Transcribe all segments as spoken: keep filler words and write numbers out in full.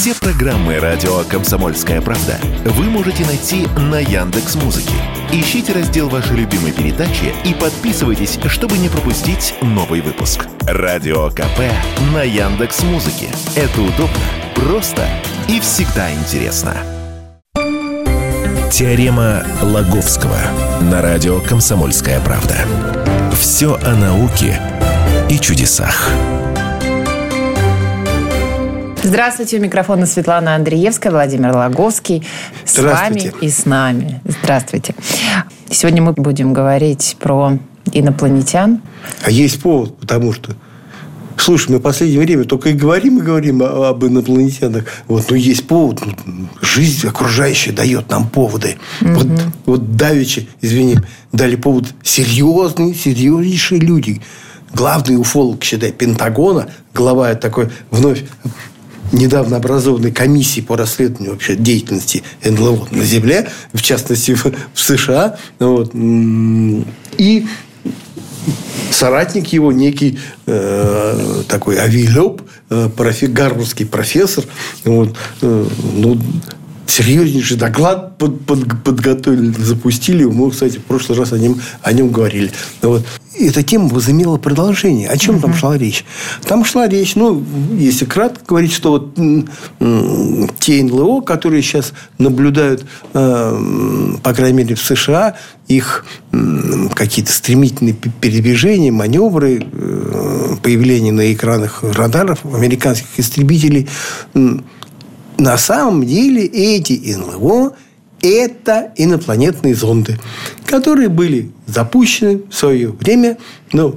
Все программы радио «Комсомольская правда» вы можете найти на Яндекс.Музыке. Ищите раздел вашей любимой передачи и подписывайтесь, чтобы не пропустить новый выпуск. Радио КП на Яндекс.Музыке. Это удобно, просто и всегда интересно. Теорема Лаговского на радио «Комсомольская правда». Все о науке и чудесах. Здравствуйте, у микрофона Светлана Андреевская, Владимир Лаговский. С вами и с нами. Здравствуйте. Сегодня мы будем говорить про инопланетян. А есть повод, потому что... Слушай, мы в последнее время только и говорим, и говорим об инопланетянах. Вот, ну, есть повод. Ну, жизнь окружающая дает нам поводы. Mm-hmm. Вот, вот давеча, извини, дали повод серьезные, серьезнейшие люди. Главный уфолог, считай, Пентагона, глава такой вновь недавно образованной комиссии по расследованию вообще деятельности эн эл о на Земле, в частности, в, в США. Вот, и соратник его, некий э, такой Авилёб, э, профи, гарвардский профессор, вот, э, ну, серьезнейший доклад под, под, подготовили, запустили. Мы, кстати, в прошлый раз о нем, о нем говорили. Вот. Эта тема возымела продолжение. О чем uh-huh. там шла речь? Там шла речь, ну, если кратко говорить, что вот м- м- те эн эл о, которые сейчас наблюдают, э- по крайней мере, в США, их м- какие-то стремительные передвижения, маневры, э- появление на экранах радаров американских истребителей, м- на самом деле эти эн эл о – это инопланетные зонды, которые были запущены в свое время, ну,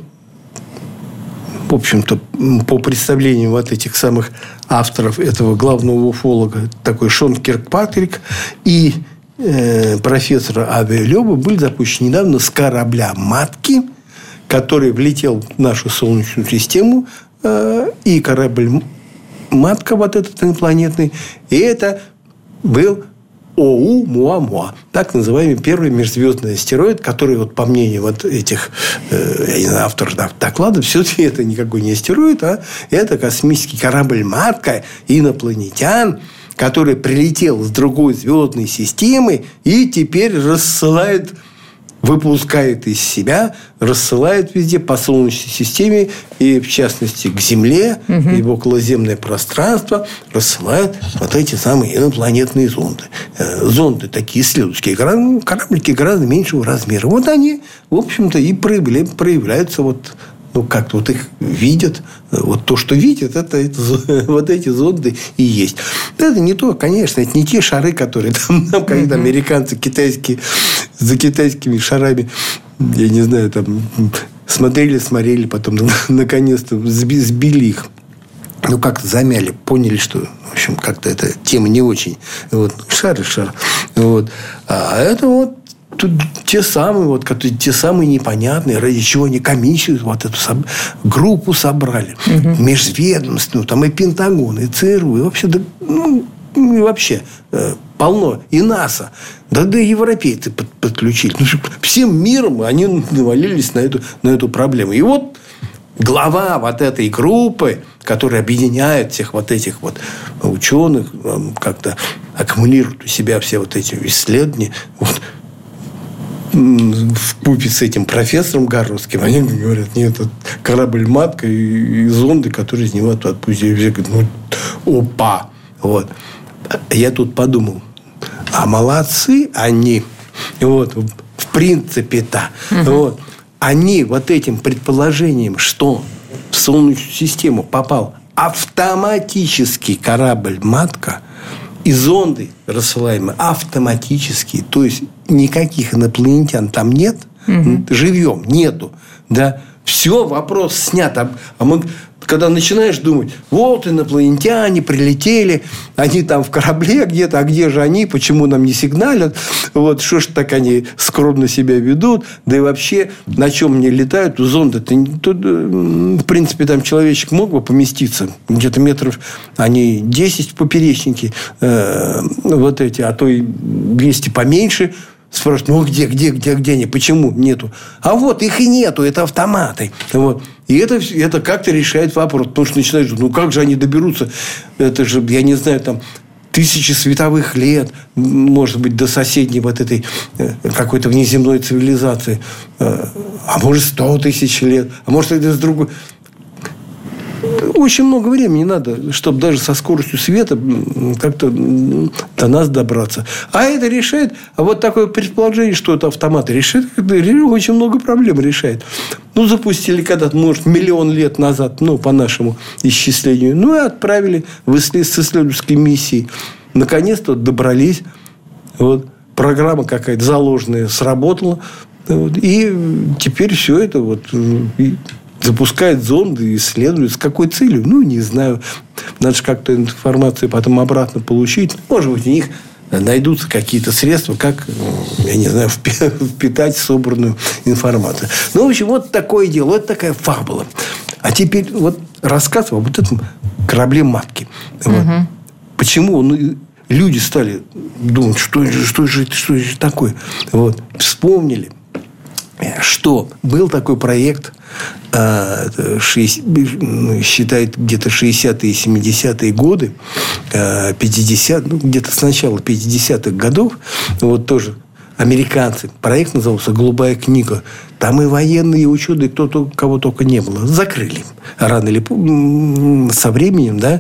в общем-то, по представлению вот этих самых авторов этого главного уфолога, такой Шон Киркпатрик и э, профессора Авилёба, были запущены недавно с корабля «Матки», который влетел в нашу Солнечную систему, э, и корабль «Матка», вот этот инопланетный, и это был Оумуамуа, так называемый первый межзвездный астероид, который, вот, по мнению вот этих э, я не знаю, авторов доклада, все-таки это никакой не астероид, а это космический корабль «Матка» инопланетян, который прилетел с другой звездной системы и теперь рассылает, выпускает из себя, рассылает везде по Солнечной системе и, в частности, к Земле, угу. и в околоземное пространство рассылает вот эти самые инопланетные зонды. Зонды такие исследовательские, кораблики гораздо меньшего размера. Вот они, в общем-то, и проявляют, проявляются вот... Ну, как-то вот их видят. Вот то, что видят, это, это вот эти зонды и есть. Это не то, конечно, это не те шары, которые там, там когда американцы китайские, за китайскими шарами, я не знаю, там смотрели, смотрели, потом наконец-то сбили их. Ну, как-то замяли, поняли, что, в общем, как-то эта тема не очень. Вот. Шар и шар. Вот. А это вот тут те самые, вот, которые, те самые непонятные, ради чего они комиссию, вот эту соб... группу собрали. Угу. Межведомственную, там и Пентагон, и ЦРУ, и вообще, да, ну, и вообще э, полно. И НАСА. Да, да и европейцы под, подключили. Ну, всем миром они навалились на эту, на эту проблему. И вот глава вот этой группы, которая объединяет всех вот этих вот ученых, как-то аккумулирует у себя все вот эти исследования, вот, вкупе с этим профессором гарвардским, они говорят, нет, это корабль «Матка» и, и зонды, которые из него отпустили. Все говорят, ну, опа. Вот. Я тут подумал, а молодцы они. Вот. В принципе-то. Угу. Вот. Они вот этим предположением, что в Солнечную систему попал автоматический корабль «Матка», и зонды рассылаемые автоматические, то есть никаких инопланетян там нет, угу. живем, нету, да, все, вопрос снят. А, а мы, когда начинаешь думать, вот инопланетяне прилетели, они там в корабле где-то, а где же они, почему нам не сигналят, вот, что ж так они скромно себя ведут, да и вообще, на чем они летают, зонды-то, тут, в принципе, там человечек мог бы поместиться, где-то метров, они десять в поперечнике, э, вот эти, а то и двести поменьше, спрашивают, ну где, где, где, где они, почему нету? А вот их и нету, это автоматы. Вот. И это, это как-то решает вопрос. Потому что начинаешь, ну как же они доберутся? Это же, я не знаю, там тысячи световых лет, может быть, до соседней вот этой какой-то внеземной цивилизации. А может, сто тысяч лет. А может, это с другой... Очень много времени надо, чтобы даже со скоростью света как-то до нас добраться. А это решает... А вот такое предположение, что это автоматы решает, очень много проблем решает. Ну, запустили когда-то, может, миллион лет назад, ну, по нашему исчислению. Ну, и отправили в исслед... с исследовательской миссией. Наконец-то добрались. Вот. Программа какая-то заложенная сработала. Вот. И теперь все это вот... запускает зонды и исследует. С какой целью? Ну, не знаю. Надо же как-то информацию потом обратно получить. Может быть, у них найдутся какие-то средства, как, я не знаю, впитать собранную информацию. Ну, в общем, вот такое дело. Вот такая фабула. А теперь вот рассказ об вот этом корабле матки. Вот. Угу. Почему он... Люди стали думать, что, что, же, что же такое. Вот. Вспомнили, что был такой проект, считают где-то шестидесятые и семидесятые годы, пятидесятые, ну, где-то с начала пятидесятых годов, вот тоже американцы. Проект назывался «Голубая книга». Там и военные, и ученые, кто-то, кого только не было. Закрыли. Рано или поздно, со временем, да.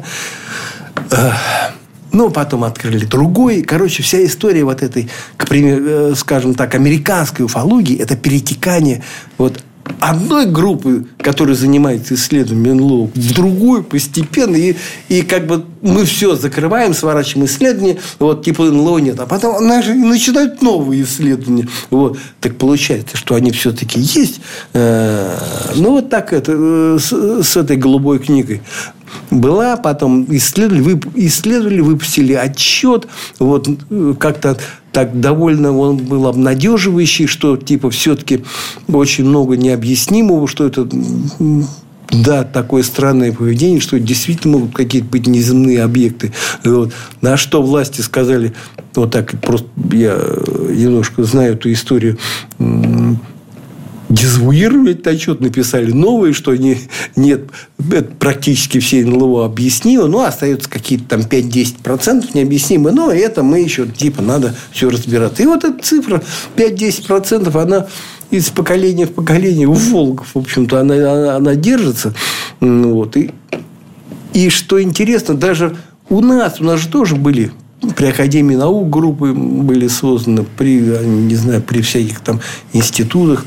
Ну, потом открыли другой. Короче, вся история вот этой, к примеру, скажем так, американской уфологии, это перетекание вот одной группы, которая занимается исследованием эн эл о, в другую постепенно. И, и как бы мы все закрываем, сворачиваем исследования. Вот, типа эн эл о нет. А потом наши начинают новые исследования. Вот. Так получается, что они все-таки есть. Ну, вот так это с, с этой голубой книгой. Была, потом исследовали, вып, исследовали, выпустили отчет. Вот, как-то так довольно он был обнадеживающий, что типа все-таки очень много необъяснимого, что это да, такое странное поведение, что действительно могут какие-то быть неземные объекты. Вот. На что власти сказали, вот так просто я немножко знаю эту историю, дезавуировали этот отчет, написали новые, что они, нет, это практически все эн эл о объяснило, но остается какие-то там пять-десять процентов необъяснимые, но это мы еще, типа, надо все разбираться. И вот эта цифра пять-десять процентов, она из поколения в поколение, у уфологов, в общем-то, она, она, она держится. Вот. И, и что интересно, даже у нас, у нас же тоже были... При Академии наук группы были созданы, при, не знаю, при всяких там институтах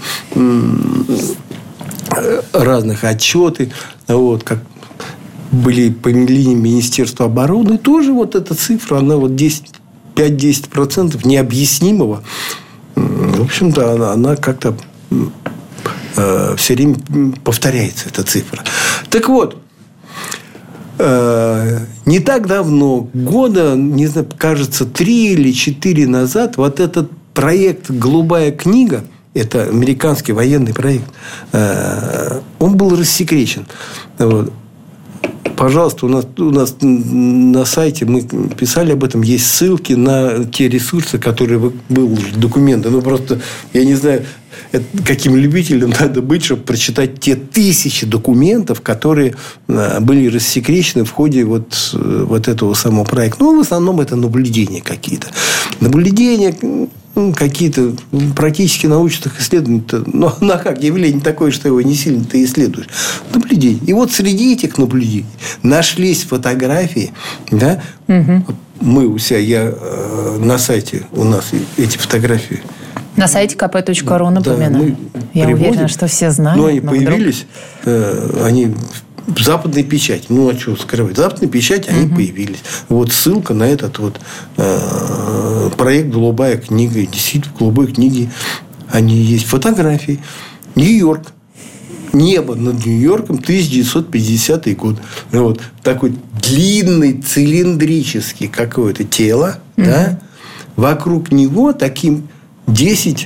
разных отчеты, вот, как были по линии Министерства обороны, тоже вот эта цифра, она вот пять-десять процентов необъяснимого. В общем-то, она, она как-то э, все время повторяется, эта цифра. Так вот, не так давно, года, не знаю, кажется, три или четыре назад, вот этот проект «Голубая книга», это американский военный проект, он был рассекречен. Вот. Пожалуйста, у нас, у нас на сайте мы писали об этом, есть ссылки на те ресурсы, которые выложили документы. Ну, просто, я не знаю, это, каким любителям надо быть, чтобы прочитать те тысячи документов, которые были рассекречены в ходе вот, вот этого самого проекта. Ну, в основном, это наблюдения какие-то. Наблюдения... какие-то практически научных исследований, но ну, как явление такое, что его не сильно ты исследуешь. Наблюдения. И вот среди этих наблюдений нашлись фотографии, да, угу. Мы у себя, я на сайте у нас эти фотографии. На сайте ка пэ точка ру, напоминаю. Да, я приводим, уверена, что все знают. Но они но появились, вдруг... они... Западная печать. Ну, а что скрывать? Западная печать, они угу. появились. Вот ссылка на этот вот э, проект «Голубая книга». И действительно, в «Голубой книге» они есть. Фотографии. Нью-Йорк. Небо над Нью-Йорком, тысяча девятьсот пятидесятый год. Вот. Такой длинный, цилиндрический какое-то тело. Угу. Да? Вокруг него таким десять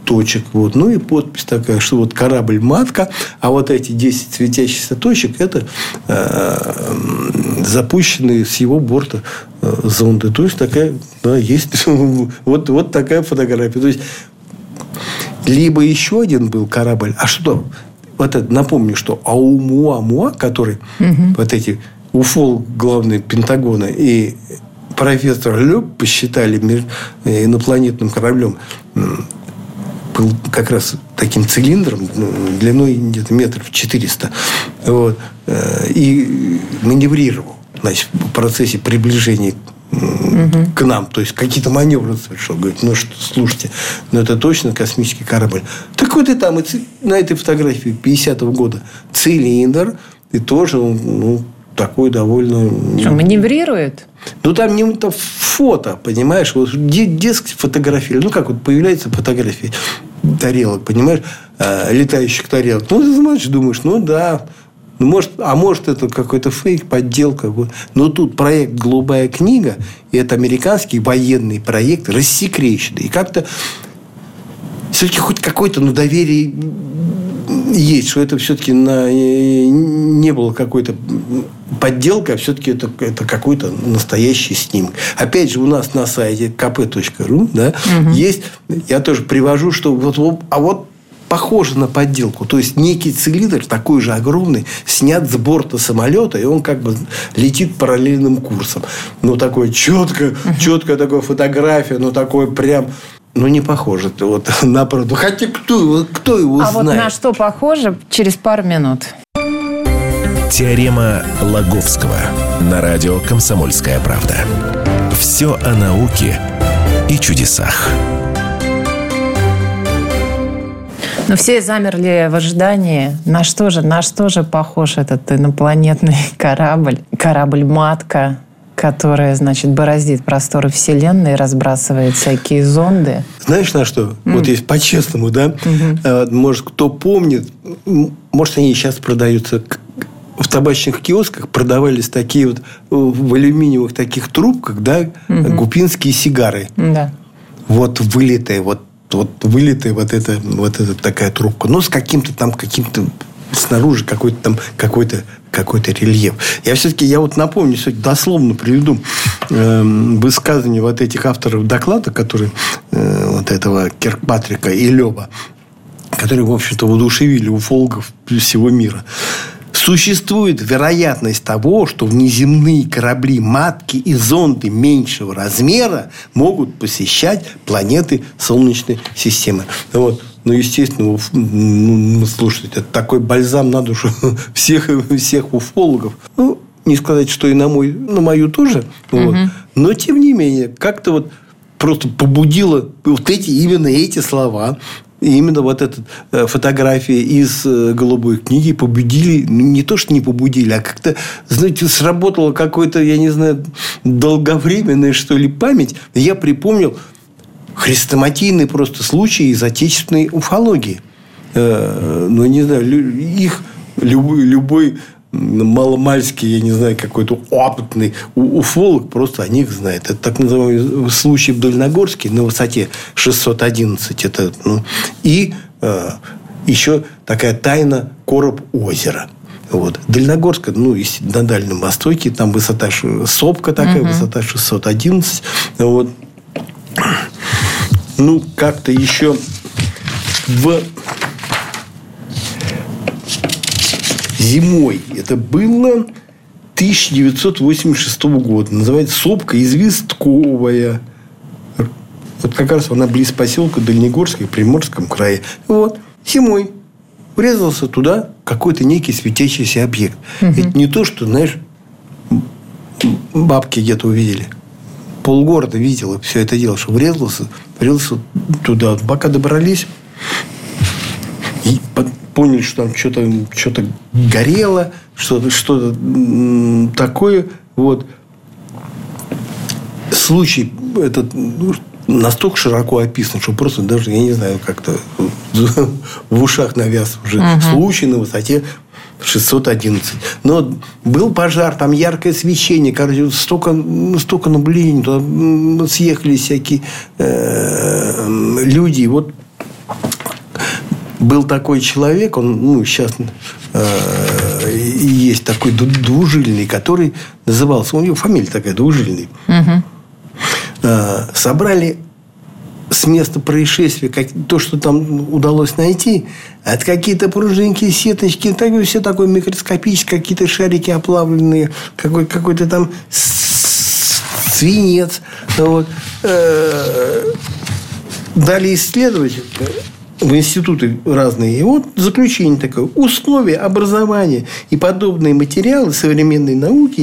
точек. Вот. Ну и подпись такая, что вот корабль «Матка», а вот эти десять светящихся точек – это э, запущенные с его борта э, зонды. То есть, такая, да, есть вот, вот такая фотография. То есть, либо еще один был корабль, а что? Вот это, напомню, что Оumuamua, который угу. вот эти уфолог главный Пентагона и профессор Лёб посчитали инопланетным кораблем, был как раз таким цилиндром длиной где-то метров четыреста. Вот, и маневрировал, значит, в процессе приближения угу. к нам. То есть, какие-то маневры совершил. Говорит, ну, что, слушайте, ну, это точно космический корабль. Так вот и там, и на этой фотографии пятидесятого года цилиндр, и тоже, ну, такой довольно... Что, маневрирует? Ну, там не то фото, понимаешь? Вот дескать, фотографировали. Ну, как вот появляются фотографии тарелок, понимаешь? А, летающих тарелок. Ну, ты смотришь, думаешь, ну, да. Ну, может, а может, это какой-то фейк, подделка. Вот. Но тут проект «Голубая книга», и это американский военный проект, рассекреченный. И как-то все-таки хоть какое-то, ну, доверие есть, что это все-таки на... не было какой-то подделкой, а все-таки это, это какой-то настоящий снимок. Опять же, у нас на сайте ка пэ точка ру, да, угу. есть, я тоже привожу, что вот, а вот похоже на подделку. То есть, некий цилиндр, такой же огромный, снят с борта самолета, и он как бы летит параллельным курсом. Ну, такое четкое, угу. четкая такая фотография, ну, такое прям... Ну, не похоже вот, на правду. Хотя кто, кто его а знает? А вот на что похоже, через пару минут. Теорема Лаговского на радио «Комсомольская правда». Все о науке и чудесах. Но все замерли в ожидании. На что же, на что же похож этот инопланетный корабль? Корабль-матка, которая, значит, бороздит просторы Вселенной, разбрасывает всякие зонды. Знаешь, на что? Mm. Вот есть по-честному, да? Mm-hmm. Может, кто помнит, может, они сейчас продаются в табачных киосках, продавались такие вот в алюминиевых таких трубках, да, mm-hmm. гупинские сигары. Да. Вот вылитая, вот, вот вылитая вот эта, вот эта такая трубка. Ну, с каким-то там, каким-то снаружи какой-то там, какой-то какой-то рельеф. Я все-таки, я вот напомню, сегодня дословно приведу э, высказывание вот этих авторов доклада, которые э, вот этого Киркпатрика и Лёба, которые, в общем-то, воодушевили уфологов всего мира. Существует вероятность того, что внеземные корабли, матки и зонды меньшего размера могут посещать планеты Солнечной системы. Вот. Ну, естественно, ну, слушайте, это такой бальзам на душу всех, всех уфологов. Ну, не сказать, что и на, мой, на мою тоже. Угу. Вот. Но, тем не менее, как-то вот просто побудило вот эти, именно эти слова. И именно вот эта фотография из «Голубой книги» побудили, не то, что не побудили, а как-то, знаете, сработала какой-то, я не знаю, долговременная, что ли, память. Я припомнил хрестоматийный просто случай из отечественной уфологии. Ну, не знаю, их любой, любой маломальский, я не знаю, какой-то опытный уфолог просто о них знает. Это так называемый случай в Дальногорске на высоте шестьсот одиннадцать. Это, ну, и э, еще такая тайна короб озера. Вот. Дальногорск, ну, на Дальнем Востоке, там высота, сопка такая, угу. высота шестьсот одиннадцать. Вот. Ну, как-то еще в... зимой. Это было тысяча девятьсот восемьдесят шестого года. Называется «Сопка известковая». Вот как раз она близ поселка Дальнегорска в Приморском крае. Вот. Зимой врезался туда какой-то некий светящийся объект. Угу. Это не то, что, знаешь, бабки где-то увидели. Полгорода видела все это дело, что врезался, врезался туда. Пока добрались, и поняли, что там что-то, что-то горело, что-то, что-то такое. Вот. Случай этот настолько широко описан, что просто даже, я не знаю, как-то в ушах навяз уже. Угу. Случай на высоте шестьсот одиннадцать. Но был пожар, там яркое свечение, короче, столько, столько наблюдений, туда съехали всякие э, люди. Вот был такой человек, он, ну, сейчас э, есть такой Двужильный, который назывался, у него фамилия такая, Двужильный. Угу. Э, собрали с места происшествия как, то, что там удалось найти, от какие-то пружинки, сеточки, так, все такое микроскопическое, какие-то шарики оплавленные, какой, какой-то там свинец. Вот. Дали исследовать в институты разные. И вот заключение такое. Условия образования и подобные материалы современной науки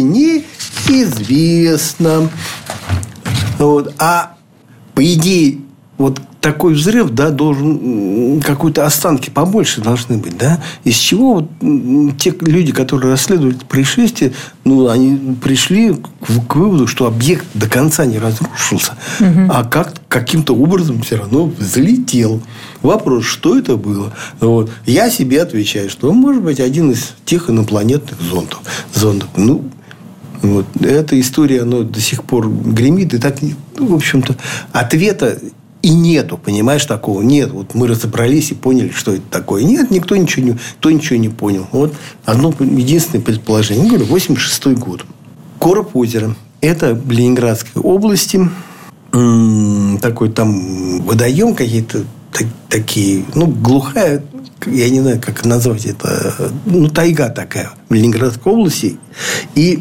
неизвестно. Вот. А по идее, вот такой взрыв, да, должен какой-то останки побольше должны быть, да, из чего вот те люди, которые расследовали это происшествие, ну, они пришли к, к выводу, что объект до конца не разрушился, угу. а как, каким-то образом все равно взлетел. Вопрос, что это было? Вот. Я себе отвечаю, что он может быть один из тех инопланетных зондов. зондов. Ну, вот. Эта история, она до сих пор гремит, и так, ну, в общем-то, ответа и нету, понимаешь, такого нет. Вот мы разобрались и поняли, что это такое. Нет, никто ничего не, кто ничего не понял. Вот одно единственное предположение. Я говорю, восемьдесят шестой год. Короб озера. Это в Ленинградской области. М-м, такой там водоем какие-то так, такие. Ну, глухая, я не знаю, как назвать это. Ну, тайга такая в Ленинградской области. И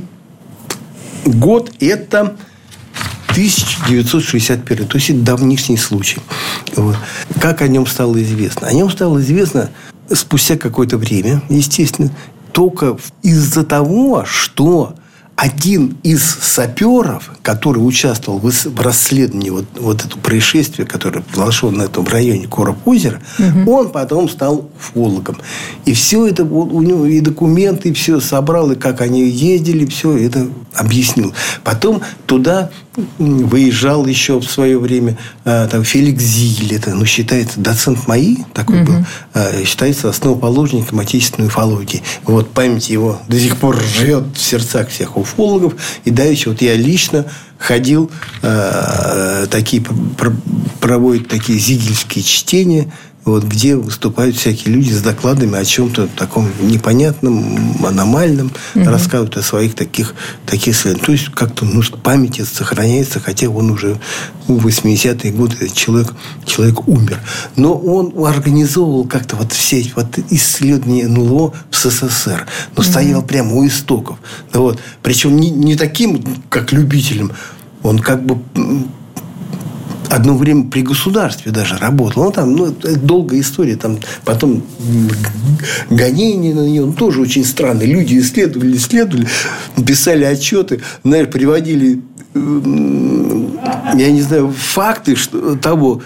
год это тысяча девятьсот шестьдесят первый. То есть, это давнишний случай. Вот. Как о нем стало известно? О нем стало известно спустя какое-то время, естественно, только из-за того, что один из саперов, который участвовал в расследовании вот, вот этого происшествия, которое произошло на этом районе Короб-озера, угу. он потом стал уфологом. И все это, у него и документы, и все собрал, и как они ездили, все это объяснил. Потом туда выезжал еще в свое время там, Феликс Зигель. Это, ну, считается, доцент МАИ такой угу. был. Считается основоположником отечественной уфологии. Вот память его до сих пор живет в сердцах всех уфологов. И давеча вот я лично ходил, э, такие, про, проводят такие зигельские чтения, вот, где выступают всякие люди с докладами о чем-то таком непонятном, аномальном, угу. рассказывают о своих таких, таких исследованиях. То есть, как-то, ну, память сохраняется, хотя он уже в восьмидесятые годы этот человек, человек умер. Но он организовывал как-то вот все эти вот исследования эн эл о в эс эс эс эр. Но угу. стоял прямо у истоков. Вот. Причем не, не таким, как любителем. Он как бы одно время при государстве даже работал. Ну, там, ну, это долгая история. Там потом гонения на нее. Он тоже очень странный. Люди исследовали, исследовали, писали отчеты, знаешь, приводили, я не знаю, факты что, того,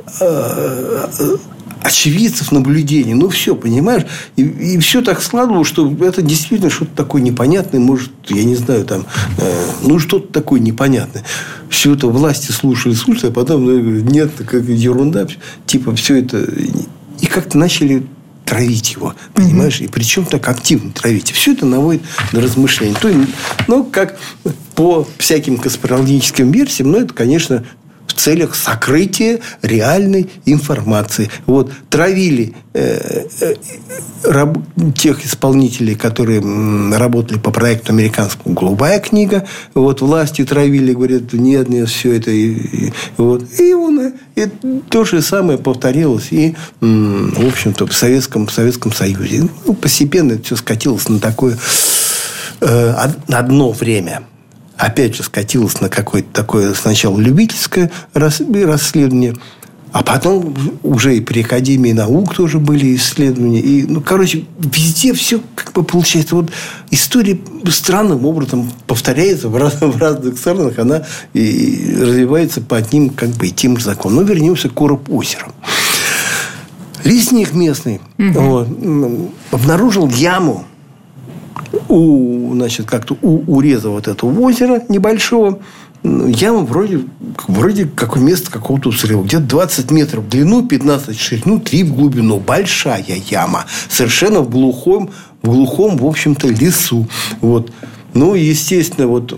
очевидцев наблюдений. Ну, все, понимаешь? И, и все так складывалось, что это действительно что-то такое непонятное. Может, я не знаю, там, э, ну, что-то такое непонятное. Все это власти слушали, слушали, а потом, ну, нет, как ерунда. Типа, все это... И как-то начали травить его, понимаешь? Mm-hmm. И причем так активно травить. И все это наводит на размышления. То, ну, как по всяким конспирологическим версиям, ну, это, конечно, в целях сокрытия реальной информации. Вот. Травили э, э, раб, тех исполнителей, которые м, работали по проекту американскому «Голубая книга». Вот. Власти травили, говорят, нет, нет, все это. И, и, вот. И, он, и то же самое повторилось и, м, в общем-то, в Советском, в Советском Союзе. Ну, постепенно это все скатилось на такое э, одно время. Опять же, скатилось на какое-то такое сначала любительское расследование, а потом уже и при Академии наук тоже были исследования. И, ну, короче, везде все как бы получается. Вот история странным образом повторяется в разных, в разных странах. Она и развивается по одним как бы и тем же законам. Но вернемся к Короб-озеру. Лесник местный угу. вот, обнаружил яму у, значит, как-то у уреза вот этого озера небольшого. Яма вроде, вроде как место какого-то взрыва. Где-то двадцать метров в длину, пятнадцать в ширину, три в глубину. Большая яма. Совершенно в глухом, в глухом, в общем-то, лесу. Вот. Ну, естественно, вот...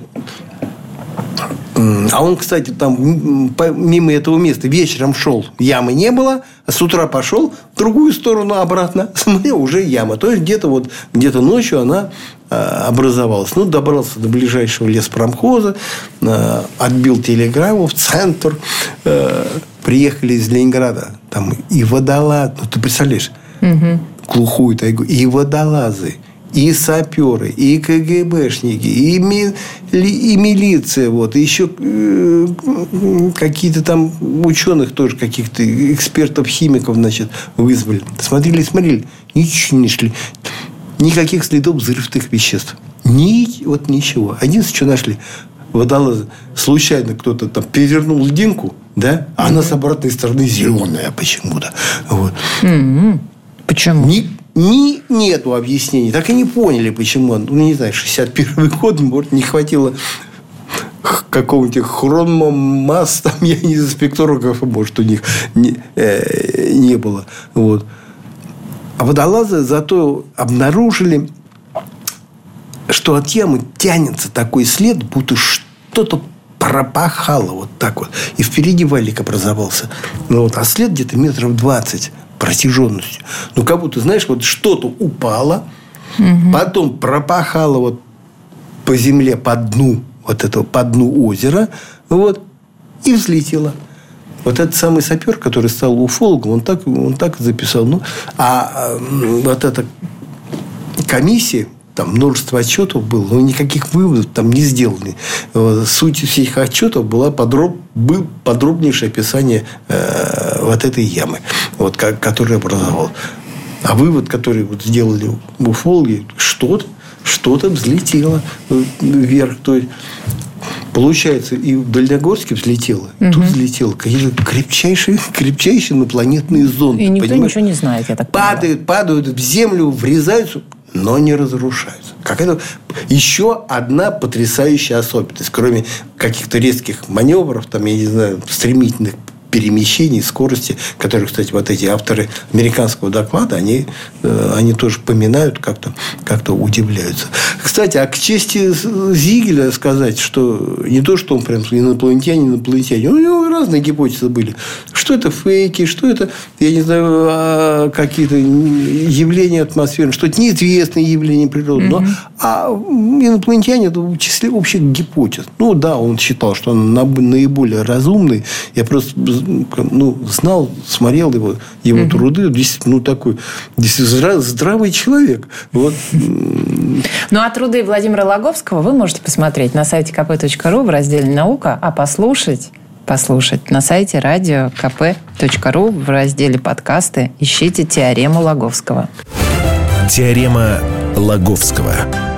А он, кстати, там мимо этого места вечером шел. Ямы не было. с утра пошел в другую сторону обратно, смотрел, уже яма. То есть, где-то вот, где-то ночью она образовалась. Ну, добрался до ближайшего леспромхоза, отбил телеграмму в центр. Приехали из Ленинграда. Там и водолазы. Ну, ты представляешь, угу. глухую тайгу. И водолазы, и саперы, и КГБшники, и, ми, и милиция. Вот, и еще э, какие-то там ученых тоже, каких-то экспертов, химиков, значит, вызвали. Смотрели, смотрели. Ничего не шли. Никаких следов взрывных веществ. Ни, вот ничего. Единственное, что нашли. Водолазы. Случайно кто-то там перевернул льдинку, да? А она с обратной стороны зеленая почему-то. Вот. Mm-hmm. Почему? Ни, ни, нету объяснений. Так и не поняли, почему. Ну, не знаю, шестьдесят первый год, может, не хватило какого-нибудь хромомасс, там, я не знаю, спектрографа, может, у них не, э, не было. Вот. А водолазы зато обнаружили, что от ямы тянется такой след, будто что-то пропахало вот так вот. И впереди валик образовался. Ну, вот, а след где-то метров двадцать протяженностью. Ну, как будто, знаешь, вот что-то упало, угу. потом пропахало вот по земле, по дну, вот этого, по дну озера, вот, и взлетело. Вот этот самый сапер, который стал уфологом, он так, он так записал. Ну, а вот эта комиссия, там множество отчетов было, но никаких выводов там не сделали. Суть всех отчетов была подроб, был подробнейшее описание э, вот этой ямы, вот, как, которая образовалась. А вывод, который вот сделали уфологи, что-то, что-то взлетело вверх. То есть, получается, и в Дальнегорске взлетело, угу. тут взлетело какие-то крепчайшие, крепчайшие инопланетные зонды. И никто понимаешь? ничего не знает, я так падают, понимаю. Падают в землю, врезаются, но не разрушаются. Как это? Еще одна потрясающая особенность. Кроме каких-то резких маневров, там, я не знаю, стремительных перемещений, скорости, которые, кстати, вот эти авторы американского доклада, они, они тоже поминают, как-то, как-то удивляются. Кстати, а к чести Зигеля сказать, что не то, что он прям инопланетянин, инопланетянин, у него разные гипотезы были. Что это фейки, что это, я не знаю, какие-то явления атмосферы, что это неизвестные явления природы. Но, а инопланетянин – это в числе общих гипотез. Ну, да, он считал, что он наиболее разумный. Я просто ну, знал, смотрел его, его угу. труды. Действительно, ну, такой действительно здравый человек. Вот. Ну, а труды Владимира Логовского вы можете посмотреть на сайте ка пэ точка ру в разделе «Наука», а послушать, послушать на сайте радио ка пэ точка ру в разделе «Подкасты». Ищите «Теорему Логовского». Теорема Логовского.